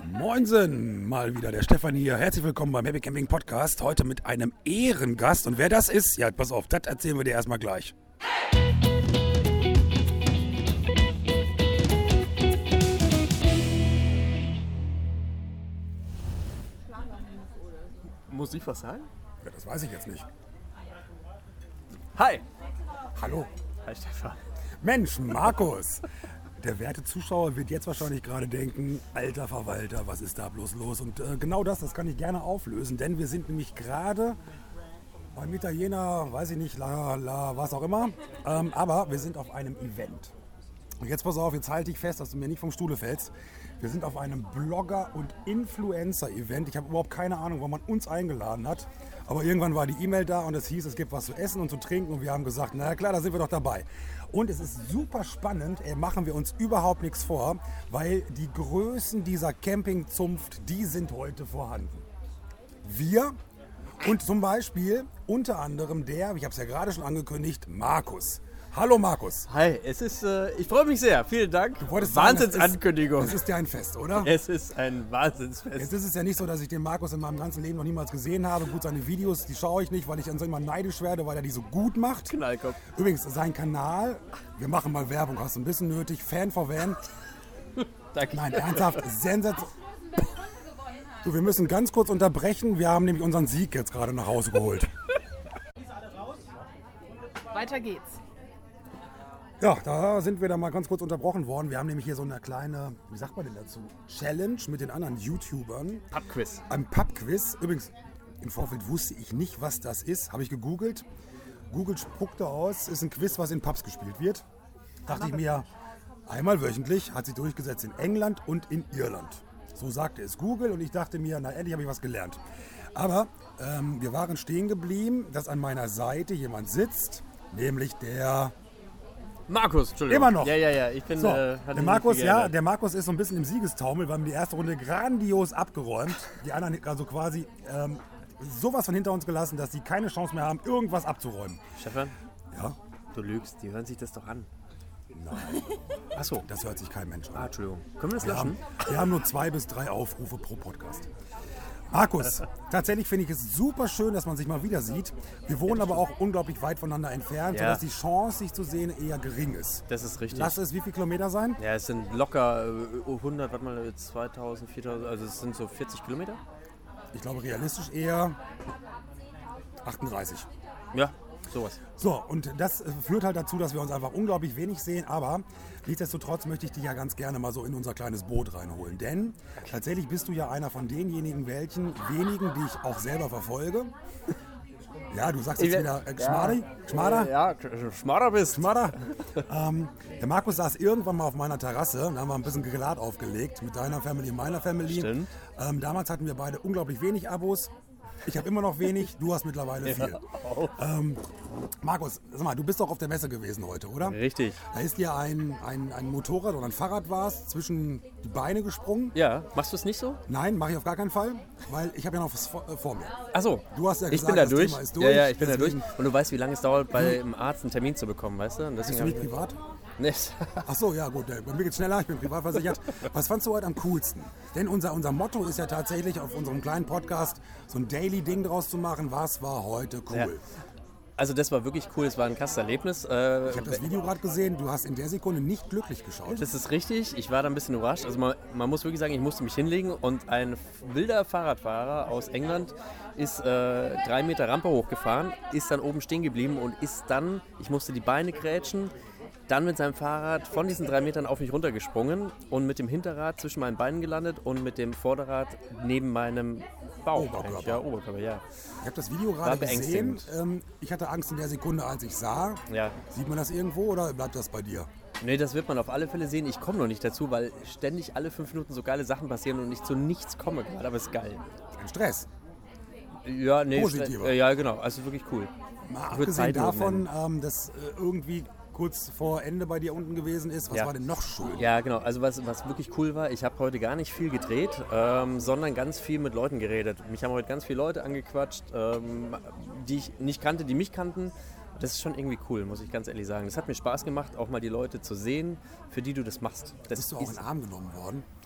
Moinsen, mal wieder der Stefan hier. Herzlich willkommen beim Happy Camping Podcast. Heute mit einem Ehrengast. Und wer das ist, ja, pass auf, das erzählen wir dir erstmal gleich. Muss ich was sagen? Ja, das weiß ich jetzt nicht. Hi! Hallo. Hi Stefan. Mensch, Markus. Der werte Zuschauer wird jetzt wahrscheinlich gerade denken, alter Verwalter, was ist da bloß los? Und genau das kann ich gerne auflösen, denn wir sind nämlich gerade beim Italiener, weiß ich nicht, was auch immer, aber wir sind auf einem Event. Und jetzt pass auf, jetzt halte ich fest, dass du mir nicht vom Stuhle fällst. Wir sind auf einem Blogger- und Influencer-Event. Ich habe überhaupt keine Ahnung, warum man uns eingeladen hat. Aber irgendwann war die E-Mail da und es hieß, es gibt was zu essen und zu trinken. Und wir haben gesagt, na klar, da sind wir doch dabei. Und es ist super spannend, machen wir uns überhaupt nichts vor, weil die Größen dieser Campingzunft, die sind heute vorhanden. Wir und zum Beispiel unter anderem der, ich habe es ja gerade schon angekündigt, Markus. Hallo Markus. Hi, ich freue mich sehr. Vielen Dank. Wahnsinnsankündigung. Es ist ja ein Fest, oder? Es ist ein Wahnsinnsfest. Jetzt ist es ja nicht so, dass ich den Markus in meinem ganzen Leben noch niemals gesehen habe. Gut, seine Videos, die schaue ich nicht, weil ich an so immer neidisch werde, weil er die so gut macht. Knallkopf. Übrigens, sein Kanal, wir machen mal Werbung, hast du ein bisschen nötig, Fan for Van. Danke. Nein, ernsthaft, sensationell. So, wir müssen ganz kurz unterbrechen. Wir haben nämlich unseren Sieg jetzt gerade nach Hause geholt. Weiter geht's. Ja, da sind wir dann mal ganz kurz unterbrochen worden. Wir haben nämlich hier so eine kleine, wie sagt man denn dazu, Challenge mit den anderen YouTubern. Pubquiz. Ein Pubquiz. Übrigens, im Vorfeld wusste ich nicht, was das ist. Habe ich gegoogelt. Google spuckte aus, ist ein Quiz, was in Pubs gespielt wird. Dachte ich mir, einmal wöchentlich hat sich durchgesetzt in England und in Irland. So sagte es Google und ich dachte mir, na endlich habe ich was gelernt. Aber wir waren stehen geblieben, dass an meiner Seite jemand sitzt, nämlich der... Markus, Entschuldigung. Immer noch. Ja, ich bin... So, der Markus ist so ein bisschen im Siegestaumel, weil wir die erste Runde grandios abgeräumt. Die anderen also quasi sowas von hinter uns gelassen, dass sie keine Chance mehr haben, irgendwas abzuräumen. Stefan? Ja? Du lügst, die hören sich das doch an. Nein. Achso. Das hört sich kein Mensch an. Entschuldigung. Können wir das Wir löschen? haben nur 2 bis 3 Aufrufe pro Podcast. Markus, tatsächlich finde ich es super schön, dass man sich mal wieder sieht. Wir wohnen aber auch unglaublich weit voneinander entfernt, Ja. sodass die Chance, sich zu sehen, eher gering ist. Das ist richtig. Lass es wie viele Kilometer sein? Ja, es sind locker 100, 2000, 4000, also es sind so 40 Kilometer. Ich glaube realistisch eher 38. Ja, sowas. So, und das führt halt dazu, dass wir uns einfach unglaublich wenig sehen, aber nichtsdestotrotz möchte ich dich ja ganz gerne mal so in unser kleines Boot reinholen, denn tatsächlich bist du ja einer von denjenigen wenigen, die ich auch selber verfolge. Ja, du sagst jetzt wieder Schmader? Ja, Schmader bist. Schmader. Der Markus saß irgendwann mal auf meiner Terrasse, da haben wir ein bisschen Grillat aufgelegt mit deiner Family und meiner Family. Stimmt. Damals hatten wir beide unglaublich wenig Abos. Ich habe immer noch wenig, du hast mittlerweile viel. Markus, sag mal, du bist doch auf der Messe gewesen heute, oder? Richtig. Da ist dir ein Motorrad oder ein Fahrrad zwischen die Beine gesprungen. Ja, machst du es nicht so? Nein, mache ich auf gar keinen Fall, weil ich habe ja noch was vor mir. Achso. Du hast ja Ich gesagt, bin da das durch. Thema ist durch. Ja, ich bin da deswegen- durch. Und du weißt, wie lange es dauert, bei einem Arzt einen Termin zu bekommen, weißt du? Und Bist deswegen du nicht privat? Nicht. Ach so, ja gut, bei mir geht's schneller, ich bin privat versichert. Was fandst du heute am coolsten? Denn unser Motto ist ja tatsächlich auf unserem kleinen Podcast so ein Daily-Ding draus zu machen. Was war heute cool? Ja. Also das war wirklich cool, es war ein krasses Erlebnis. Ich habe das Video gerade gesehen, du hast in der Sekunde nicht glücklich geschaut. Das ist richtig, ich war da ein bisschen überrascht. Also man muss wirklich sagen, ich musste mich hinlegen und ein wilder Fahrradfahrer aus England ist 3 Meter Rampe hochgefahren, ist dann oben stehen geblieben und ist dann, ich musste die Beine grätschen, dann mit seinem Fahrrad von diesen 3 Metern auf mich runtergesprungen und mit dem Hinterrad zwischen meinen Beinen gelandet und mit dem Vorderrad neben meinem Bauch. Oberkörper. Ja, Oberkörper, ja. Ich habe das Video gerade War gesehen. beängstigend. Ich hatte Angst in der Sekunde, als ich sah. Ja. Sieht man das irgendwo oder bleibt das bei dir? Nee, das wird man auf alle Fälle sehen. Ich komme noch nicht dazu, weil ständig alle 5 Minuten so geile Sachen passieren und ich zu nichts komme gerade, aber es ist geil. Ein Stress. Ja, nee. Positiver. Ja, genau. Also wirklich cool. Mal Ich würd abgesehen Zeit davon, dass irgendwie kurz vor Ende bei dir unten gewesen ist. Was Ja. war denn noch schön? Ja, genau. Also was wirklich cool war, ich habe heute gar nicht viel gedreht, sondern ganz viel mit Leuten geredet. Mich haben heute ganz viele Leute angequatscht, die ich nicht kannte, die mich kannten. Das ist schon irgendwie cool, muss ich ganz ehrlich sagen. Das hat mir Spaß gemacht, auch mal die Leute zu sehen, für die du das machst. Das Bist du auch in den Arm genommen worden?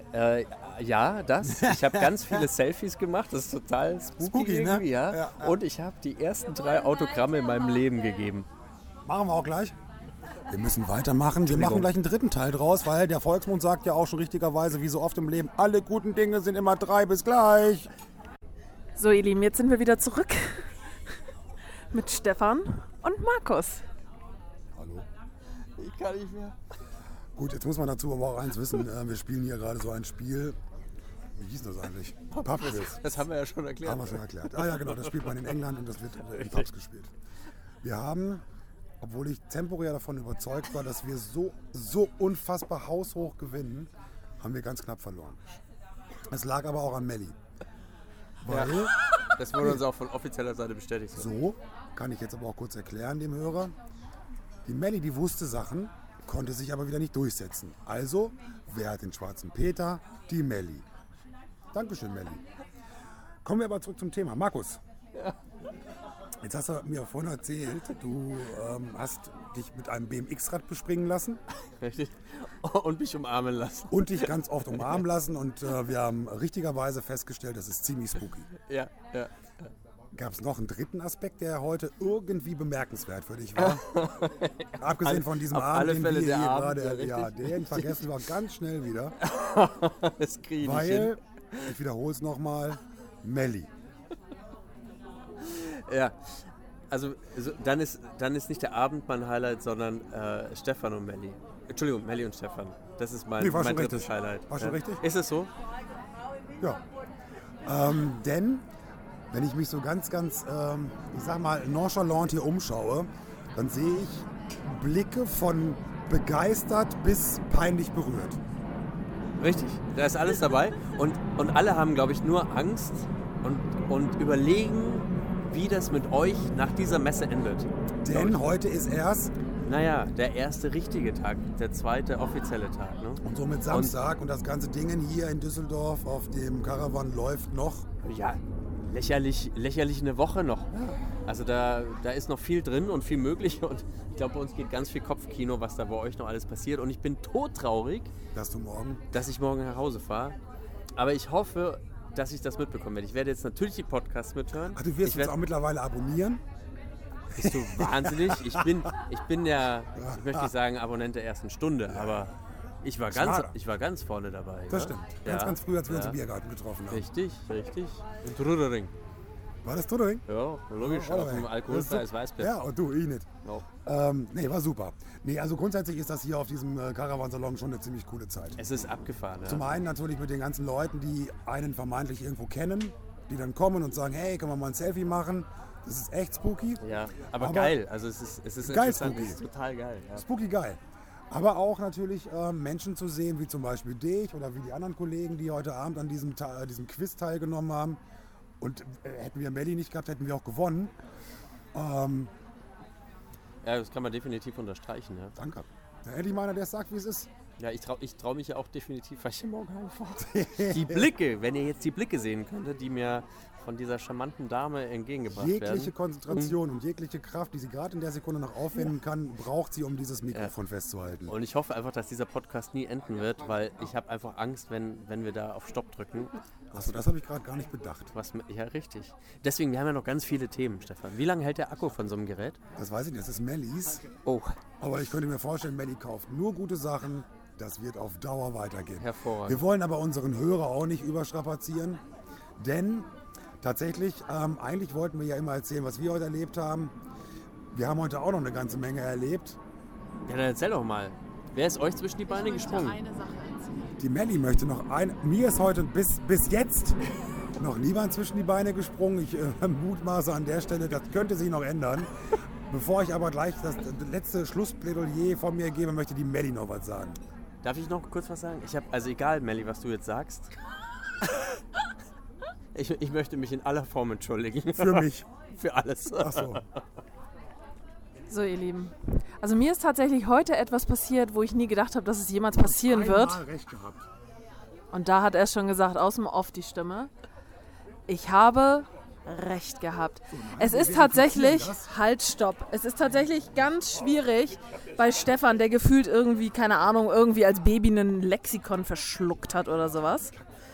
Ja, das. Ich habe ganz viele Selfies gemacht. Das ist total spooky ne? irgendwie, ja. Ja. Und ich habe die ersten 3 Autogramme in meinem Leben gegeben. Machen wir auch gleich. Wir müssen weitermachen. Wir machen gleich einen dritten Teil draus, weil der Volksmund sagt ja auch schon richtigerweise, wie so oft im Leben, alle guten Dinge sind immer 3. Bis gleich. So, ihr Lieben, jetzt sind wir wieder zurück mit Stefan und Markus. Hallo. Ich kann nicht mehr. Gut, jetzt muss man dazu aber auch eins wissen. Wir spielen hier gerade so ein Spiel. Wie hieß das eigentlich? Pubquiz. Das haben wir ja schon erklärt. Haben wir schon erklärt. Ah ja, genau, das spielt man in England und das wird in Pubs gespielt. Wir haben, obwohl ich temporär davon überzeugt war, dass wir so unfassbar haushoch gewinnen, haben wir ganz knapp verloren. Es lag aber auch an Melli. Weil, das wurde uns auch von offizieller Seite bestätigt. so kann ich jetzt aber auch kurz erklären dem Hörer, die Melli, die wusste Sachen, konnte sich aber wieder nicht durchsetzen. Also, wer hat den schwarzen Peter? Die Melli. Dankeschön, Melli. Kommen wir aber zurück zum Thema. Markus, jetzt hast du mir vorhin erzählt, du hast dich mit einem BMX-Rad bespringen lassen. Richtig. Und mich umarmen lassen. Und dich ganz oft umarmen lassen. Und wir haben richtigerweise festgestellt, das ist ziemlich spooky. Ja. Gab es noch einen dritten Aspekt, der heute irgendwie bemerkenswert für dich war? Abgesehen von diesem Auf Abend, alle den Fälle wir der hier Abend, gerade, ja, richtig. den vergessen wir ganz schnell wieder. Das kriege ich nicht hin. Weil, ich wiederhole es nochmal, Melli. Ja, also dann ist nicht der Abend mein Highlight, sondern Stefan und Melli. Entschuldigung, Melli und Stefan. Das ist mein war schon drittes richtig. Highlight. War schon richtig? Ist es so? Ja. Denn, wenn ich mich so ganz, ich sag mal, nonchalant hier umschaue, dann sehe ich Blicke von begeistert bis peinlich berührt. Richtig, da ist alles dabei. Und alle haben, glaube ich, nur Angst und überlegen, wie das mit euch nach dieser Messe endet. Denn heute ist erst Naja, der erste richtige Tag, der zweite offizielle Tag. Ne? und somit Samstag und das ganze Ding hier in Düsseldorf auf dem Caravan läuft noch. Ja, lächerlich eine Woche noch. Also da ist noch viel drin und viel möglich und ich glaube, bei uns geht ganz viel Kopfkino, was da bei euch noch alles passiert und ich bin todtraurig, dass ich morgen nach Hause fahre. Aber ich hoffe, dass ich das mitbekommen werde. Ich werde jetzt natürlich die Podcasts mithören. Ach, du wirst uns auch mittlerweile abonnieren? Bist du wahnsinnig? Ich bin ja, ich möchte nicht sagen Abonnent der ersten Stunde, aber ich war ganz vorne dabei. Das ja? stimmt. Ganz früh, als wir uns im Biergarten getroffen haben. Richtig. In Trudering. War das Trudering? Ja, logisch. Auf dem alkoholfreies Weißbier. Ja, und du, ich nicht. Ja. Nee, war super. Nee, also grundsätzlich ist das hier auf diesem Caravansalon schon eine ziemlich coole Zeit. Es ist abgefahren. Ja. Zum einen natürlich mit den ganzen Leuten, die einen vermeintlich irgendwo kennen, die dann kommen und sagen, hey, können wir mal ein Selfie machen? Das ist echt spooky. Ja, aber geil. Also es ist geil interessant. spooky. Es ist total geil. Ja. Spooky geil. Aber auch natürlich Menschen zu sehen, wie zum Beispiel dich oder wie die anderen Kollegen, die heute Abend an diesem Quiz teilgenommen haben. Und hätten wir Melli nicht gehabt, hätten wir auch gewonnen. Ja, das kann man definitiv unterstreichen. Ja. Danke. Da hätte ich mal einer, der sagt, wie es ist. Ja, ich trau mich ja auch definitiv, weil ich hier morgen heimfahre. Die Blicke, wenn ihr jetzt die Blicke sehen könntet, die mir von dieser charmanten Dame entgegengebracht werden. Jegliche Konzentration und jegliche Kraft, die sie gerade in der Sekunde noch aufwenden kann, braucht sie, um dieses Mikrofon festzuhalten. Und ich hoffe einfach, dass dieser Podcast nie enden wird, weil ich habe einfach Angst, wenn wir da auf Stopp drücken. Achso, das habe ich gerade gar nicht bedacht. Ja, richtig. Deswegen, wir haben ja noch ganz viele Themen, Stefan. Wie lange hält der Akku von so einem Gerät? Das weiß ich nicht, das ist Mellis. Oh. Aber ich könnte mir vorstellen, Melli kauft nur gute Sachen. Das wird auf Dauer weitergehen. Hervorragend. Wir wollen aber unseren Hörer auch nicht überstrapazieren, denn tatsächlich, eigentlich wollten wir ja immer erzählen, was wir heute erlebt haben. Wir haben heute auch noch eine ganze Menge erlebt. Ja, dann erzähl doch mal. Wer ist euch zwischen die Beine gesprungen? Die Melli möchte noch mir ist heute bis jetzt noch niemand zwischen die Beine gesprungen. Ich mutmaße an der Stelle, das könnte sich noch ändern. Bevor ich aber gleich das letzte Schlussplädoyer von mir gebe, möchte die Melli noch was sagen. Darf ich noch kurz was sagen? Also egal, Melli, was du jetzt sagst. Ich möchte mich in aller Form entschuldigen. Für mich. Für alles. Ach so. So, ihr Lieben. Also mir ist tatsächlich heute etwas passiert, wo ich nie gedacht habe, dass es jemals passieren wird. Recht gehabt. Und da hat er schon gesagt, aus dem Off die Stimme. Ich habe recht gehabt. Es ist tatsächlich, halt, stopp. Es ist tatsächlich ganz schwierig bei Stefan, der gefühlt irgendwie, keine Ahnung, irgendwie als Baby einen Lexikon verschluckt hat oder sowas.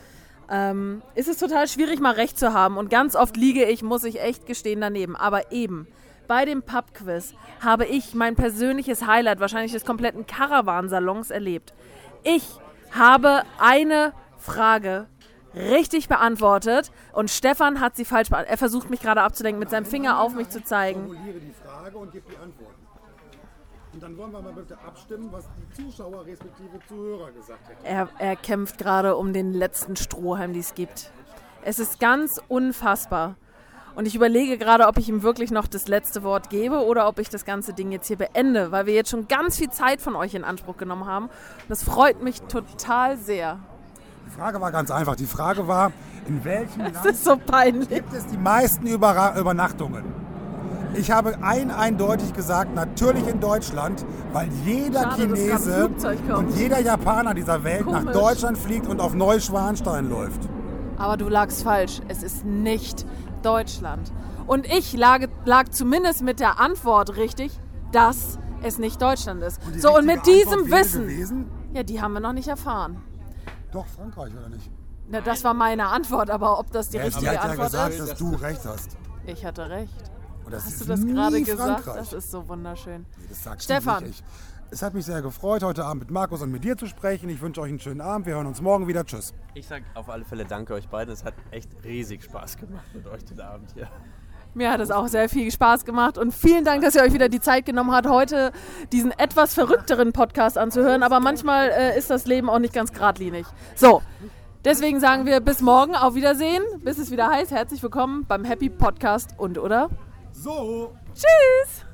Ist es total schwierig, mal recht zu haben. Und ganz oft liege ich, muss ich echt gestehen, daneben. Aber eben, bei dem Pub-Quiz habe ich mein persönliches Highlight wahrscheinlich des kompletten Caravan-Salons erlebt. Ich habe eine Frage richtig beantwortet und Stefan hat sie falsch beantwortet. Er versucht mich gerade abzulenken, mit seinem Finger auf mich zu zeigen. Ich formuliere die Frage und gebe die Antworten. Und dann wollen wir mal bitte abstimmen, was die Zuschauer respektive Zuhörer gesagt hätten. Er kämpft gerade um den letzten Strohhalm, den es gibt. Es ist ganz unfassbar. Und ich überlege gerade, ob ich ihm wirklich noch das letzte Wort gebe oder ob ich das ganze Ding jetzt hier beende, weil wir jetzt schon ganz viel Zeit von euch in Anspruch genommen haben. Und das freut mich total sehr. Die Frage war ganz einfach. Die Frage war, in welchem Das Land ist so peinlich. gibt es die meisten Übernachtungen? Ich habe eindeutig gesagt, natürlich in Deutschland, weil jeder Schade, dass Chinese gerade ein Flugzeug kommt. und jeder Japaner dieser Welt nach Komisch. Deutschland fliegt und auf Neuschwanstein läuft. Aber du lagst falsch. Es ist nicht Deutschland. Und ich lag zumindest mit der Antwort richtig, dass es nicht Deutschland ist. Die So, und mit richtige diesem Antwort wäre Wissen, gewesen, ja, die haben wir noch nicht erfahren. doch, Frankreich, oder nicht? Na, das war meine Antwort, aber ob das die Sie richtige hat ja Antwort gesagt, ist? dass du recht hast. Ich hatte recht. Und das Hast ist du das nie gerade gesagt? Frankreich. Das ist so wunderschön. Nee, das sagst Stefan. du nicht. Es hat mich sehr gefreut, heute Abend mit Markus und mit dir zu sprechen. Ich wünsche euch einen schönen Abend. Wir hören uns morgen wieder. Tschüss. Ich sage auf alle Fälle danke euch beiden. Es hat echt riesig Spaß gemacht mit euch den Abend hier. Mir hat es auch sehr viel Spaß gemacht und vielen Dank, dass ihr euch wieder die Zeit genommen habt, heute diesen etwas verrückteren Podcast anzuhören. Aber manchmal ist das Leben auch nicht ganz geradlinig. So, deswegen sagen wir bis morgen, auf Wiedersehen, bis es wieder heißt. Herzlich willkommen beim Happy Podcast und, oder? So. Tschüss!